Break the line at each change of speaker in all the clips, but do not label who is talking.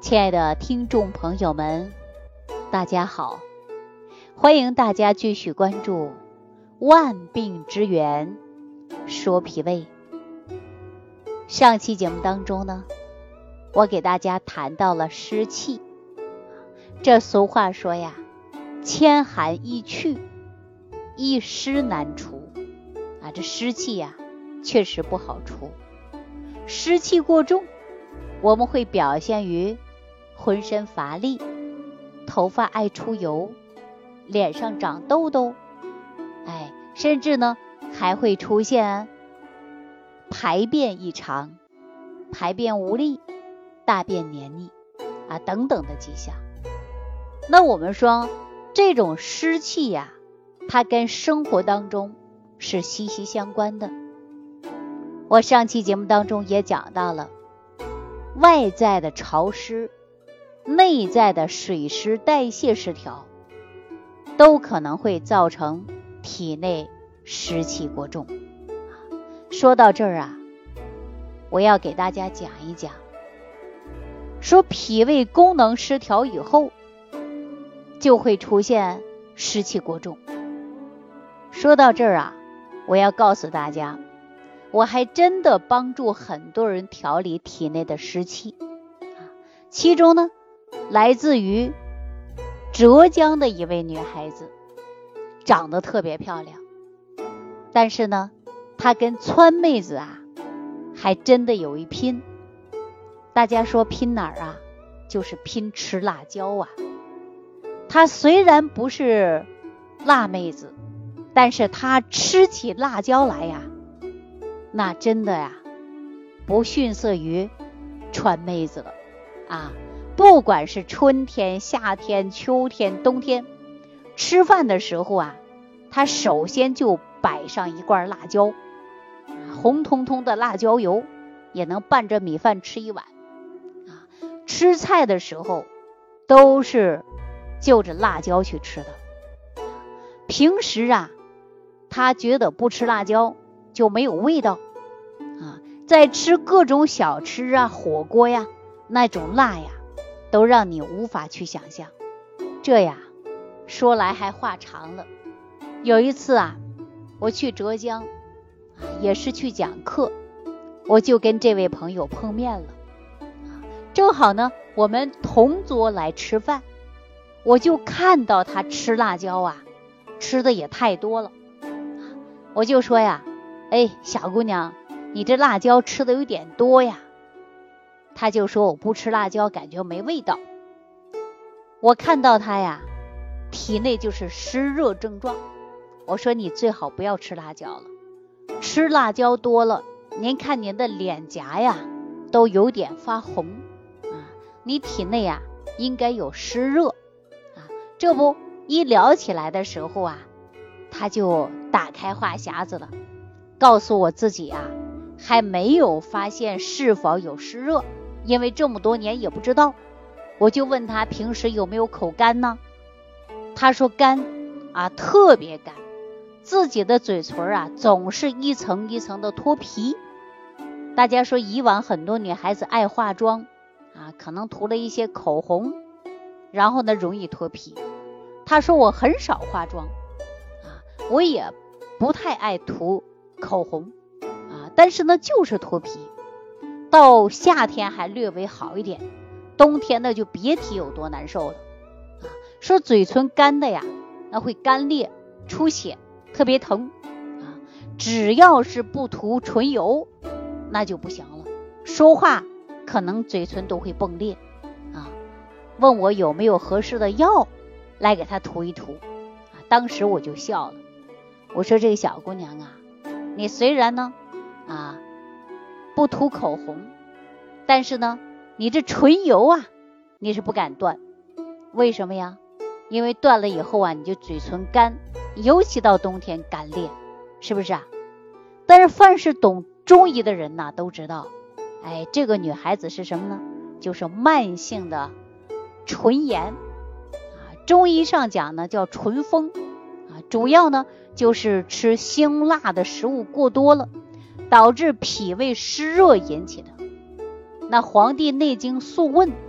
亲爱的听众朋友们，大家好，欢迎大家继续关注万病之源说脾胃。上期节目当中呢，我给大家谈到了湿气。这俗话说呀，千寒易去，一湿难除啊，这湿气呀确实不好除。湿气过重，我们会表现于浑身乏力，头发爱出油，脸上长痘痘，甚至呢还会出现排便异常、排便无力、大便黏腻等等的迹象。那我们说这种湿气呀，它跟生活当中是息息相关的。我上期节目当中也讲到了，外在的潮湿，内在的水湿代谢失调，都可能会造成体内湿气过重。说到这儿我要给大家讲一讲，说脾胃功能失调以后，就会出现湿气过重。说到这儿我要告诉大家，我还真的帮助很多人调理体内的湿气。其中呢，来自于浙江的一位女孩子，长得特别漂亮，但是呢，她跟川妹子还真的有一拼。大家说拼哪儿就是拼吃辣椒她虽然不是辣妹子，但是她吃起辣椒来那真的不逊色于川妹子了不管是春天、夏天、秋天、冬天，吃饭的时候她首先就摆上一罐辣椒，红彤彤的辣椒油也能拌着米饭吃一碗吃菜的时候都是就着辣椒去吃的。平时她觉得不吃辣椒就没有味道在吃各种小吃火锅那种辣都让你无法去想象。这说来还话长了。有一次我去浙江也是去讲课，我就跟这位朋友碰面了正好呢我们同桌来吃饭，我就看到他吃辣椒吃的也太多了。我就说小姑娘，你这辣椒吃的有点多他就说我不吃辣椒感觉没味道。我看到他体内就是湿热症状，我说你最好不要吃辣椒了，吃辣椒多了您看您的脸颊都有点发红你体内应该有湿热这不一聊起来的时候他就打开话匣子了，告诉我自己还没有发现是否有湿热，因为这么多年也不知道。我就问他平时有没有口干呢？他说干特别干，自己的嘴唇总是一层一层的脱皮。大家说以往很多女孩子爱化妆可能涂了一些口红，然后呢容易脱皮。他说我很少化妆我也不太爱涂口红但是呢就是脱皮，到夏天还略微好一点，冬天呢就别提有多难受了说嘴唇干的那会干裂出血，特别疼只要是不涂唇油那就不行了，说话可能嘴唇都会崩裂问我有没有合适的药来给他涂一涂当时我就笑了，我说这个小姑娘你虽然呢不涂口红，但是呢你这唇油你是不敢断。为什么呀？因为断了以后你就嘴唇干，尤其到冬天干裂，是不是但是凡是懂中医的人都知道这个女孩子是什么呢？就是慢性的唇炎中医上讲呢叫唇风主要呢就是吃辛辣的食物过多了，导致脾胃湿热引起的。那《黄帝内经素问》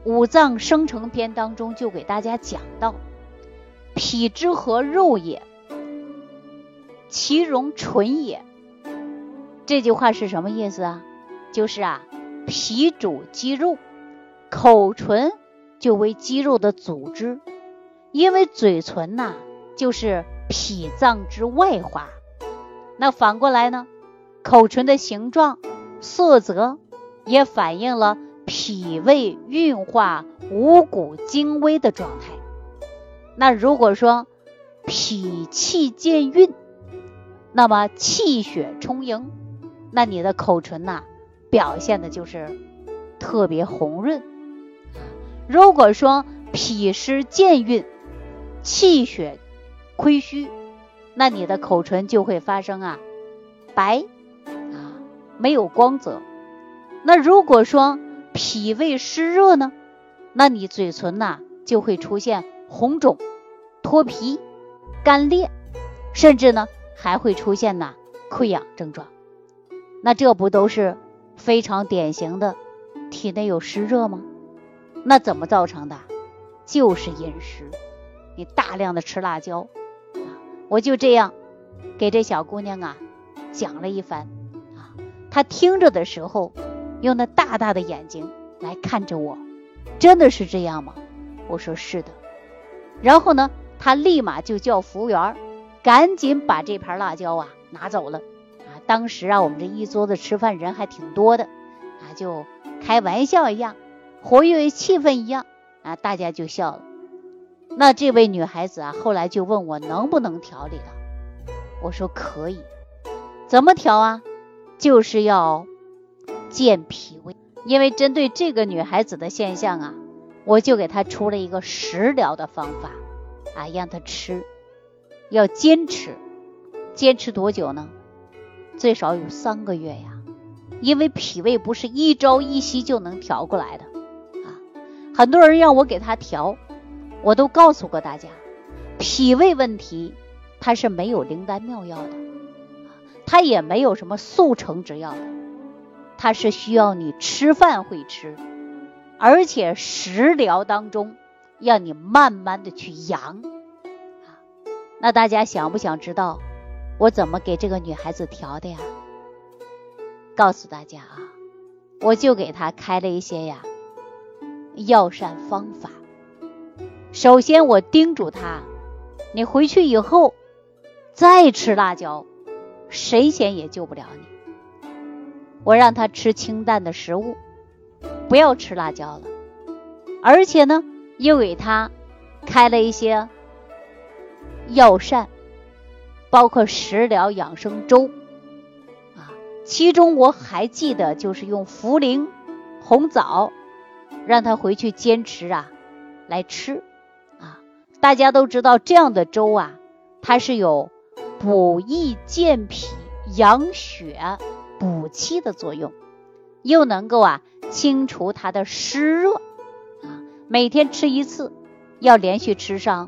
五脏生成篇当中就给大家讲到，脾之和肉也，其容纯也。这句话是什么意思啊？就是脾主肌肉，口唇就为肌肉的组织，因为嘴唇就是脾脏之外化。那反过来呢，口唇的形状、色泽也反映了脾胃运化五谷精微的状态。那如果说脾气健运，那么气血充盈，那你的口唇表现的就是特别红润。如果说脾湿健运，气血亏虚，那你的口唇就会发生白没有光泽。那如果说脾胃湿热呢，那你嘴唇就会出现红肿、脱皮、干裂，甚至呢还会出现溃疡症状。那这不都是非常典型的体内有湿热吗？那怎么造成的？就是饮食，你大量的吃辣椒。我就这样给这小姑娘讲了一番她听着的时候用那大大的眼睛来看着我，真的是这样吗？我说是的。然后呢，她立马就叫服务员赶紧把这盘辣椒拿走了。当时我们这一桌子吃饭人还挺多的就开玩笑一样，活跃气氛一样大家就笑了。那这位女孩子后来就问我能不能调理了。我说可以。怎么调就是要健脾胃。因为针对这个女孩子的现象我就给她出了一个食疗的方法让她吃，要坚持。坚持多久呢？最少有3个月呀。因为脾胃不是一朝一夕就能调过来的很多人让我给她调，我都告诉过大家，脾胃问题它是没有灵丹妙药的，它也没有什么速成之药的，它是需要你吃饭会吃，而且食疗当中让你慢慢的去养那大家想不想知道我怎么给这个女孩子调的呀？告诉大家我就给她开了一些药膳方法。首先我叮嘱她，你回去以后再吃辣椒，神仙也救不了你。我让她吃清淡的食物，不要吃辣椒了。而且呢，又给她开了一些药膳，包括食疗养生粥其中我还记得就是用茯苓、红枣，让她回去坚持来吃大家都知道这样的粥它是有补益健脾、养血、补气的作用，又能够清除它的湿热每天吃一次，要连续吃上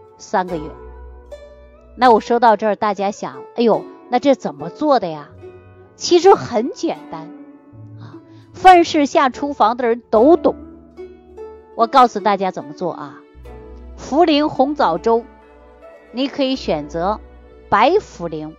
3个月。那我说到这儿，大家想，哎呦，那这怎么做的呀？其实很简单凡是下厨房的人都懂。我告诉大家怎么做茯苓红枣粥，你可以选择白茯苓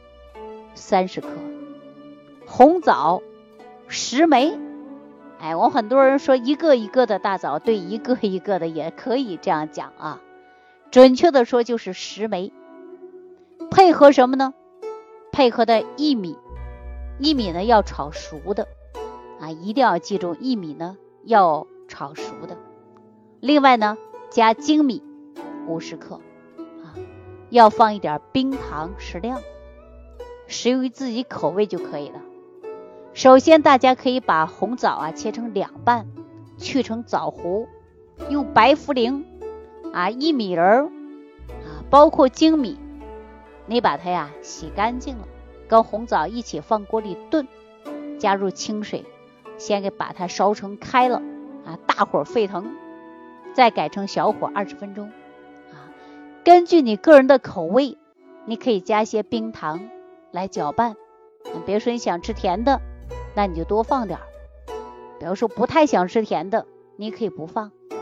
30克，红枣10枚。我很多人说一个一个的大枣，对，一个一个的也可以这样讲准确的说就是10枚。配合什么呢？配合的薏米。薏米呢要炒熟的一定要记住，薏米呢要炒熟的。另外呢加粳米50克要放一点冰糖适量，适于自己口味就可以了。首先大家可以把红枣切成2瓣，去成枣核，用白茯苓薏米仁包括粳米，你把它洗干净了，跟红枣一起放锅里炖，加入清水，先给把它烧成开了大火沸腾，再改成小火20分钟根据你个人的口味，你可以加些冰糖来搅拌。比如说你想吃甜的，那你就多放点，比如说不太想吃甜的，你可以不放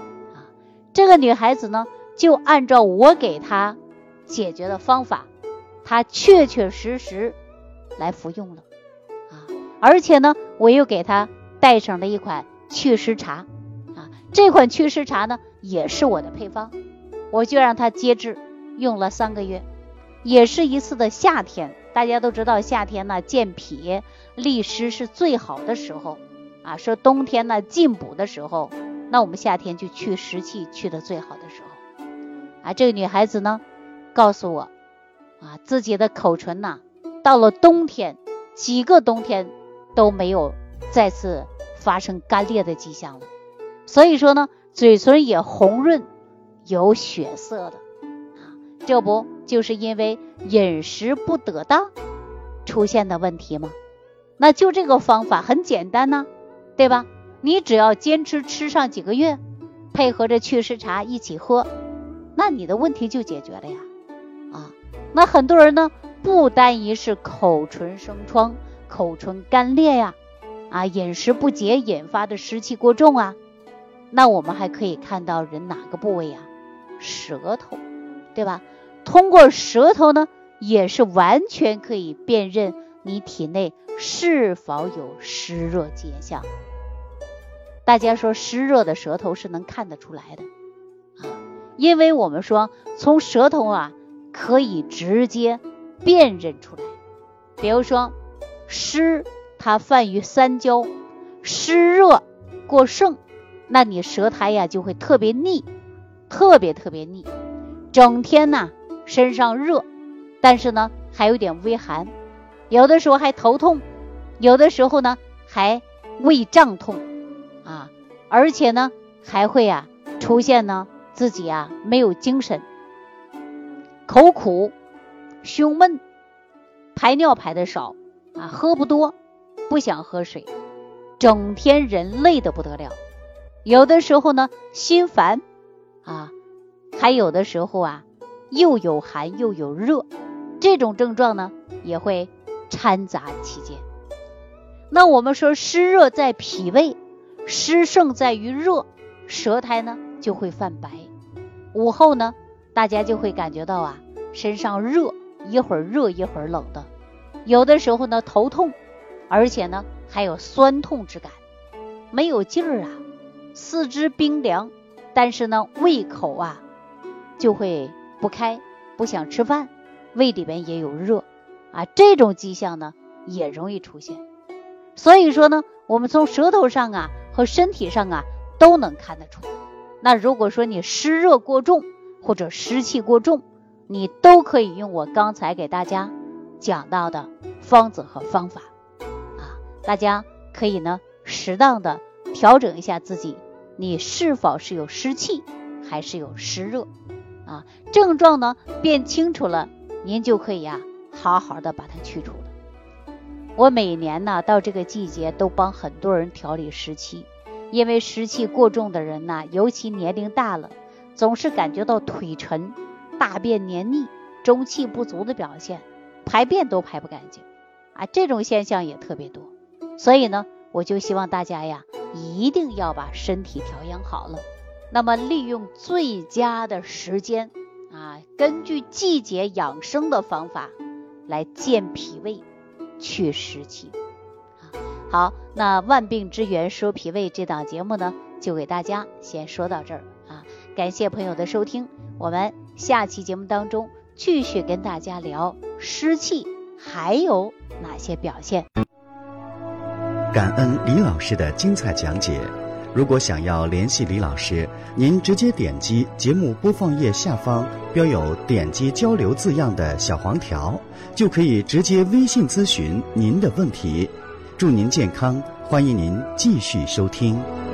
这个女孩子呢，就按照我给她解决的方法，她确确实实来服用了而且呢，我又给她带上了一款祛湿茶这款祛湿茶呢，也是我的配方，我就让她接治，用了3个月，也是一次的夏天。大家都知道夏天呢，健脾利湿是最好的时候说冬天呢进补的时候，那我们夏天就去湿气去的最好的时候这个女孩子呢告诉我自己的口唇呢到了冬天几个冬天都没有再次发生干裂的迹象了，所以说呢嘴唇也红润有血色的这不就是因为饮食不得当出现的问题吗？那就这个方法很简单对吧？你只要坚持吃上几个月，配合着祛湿茶一起喝，那你的问题就解决了呀那很多人呢不单一是口唇生疮、口唇干裂饮食不节引发的湿气过重那我们还可以看到人哪个部位舌头，对吧？通过舌头呢也是完全可以辨认你体内是否有湿热迹象。大家说湿热的舌头是能看得出来的因为我们说从舌头可以直接辨认出来。比如说湿它泛于三焦，湿热过盛，那你舌苔就会特别腻，特别腻，整天身上热，但是呢还有点微寒，有的时候还头痛，有的时候呢还胃胀痛而且呢还会出现呢自己没有精神，口苦，胸闷，排尿排的少喝不多，不想喝水，整天人累得不得了，有的时候呢心烦还有的时候又有寒又有热，这种症状呢也会掺杂其间。那我们说湿热在脾胃，湿盛在于热，舌苔呢就会泛白，午后呢大家就会感觉到身上热，一会儿热一会儿冷的，有的时候呢头痛，而且呢还有酸痛之感，没有劲儿四肢冰凉，但是呢胃口就会不开，不想吃饭，胃里边也有热这种迹象呢也容易出现。所以说呢我们从舌头上和身体上都能看得出。那如果说你湿热过重或者湿气过重，你都可以用我刚才给大家讲到的方子和方法大家可以呢适当的调整一下自己，你是否是有湿气还是有湿热症状呢变清楚了，您就可以好好的把它去除了。我每年呢到这个季节都帮很多人调理湿气，因为湿气过重的人尤其年龄大了，总是感觉到腿沉，大便黏腻，中气不足的表现，排便都排不干净这种现象也特别多。所以呢我就希望大家一定要把身体调养好了，那么利用最佳的时间根据季节养生的方法来健脾胃去湿气好，那万病之源说脾胃这档节目呢就给大家先说到这儿感谢朋友的收听，我们下期节目当中继续跟大家聊湿气还有哪些表现。
感恩李老师的精彩讲解。如果想要联系李老师，您直接点击节目播放页下方标有点击交流字样的小黄条，就可以直接微信咨询您的问题。祝您健康，欢迎您继续收听。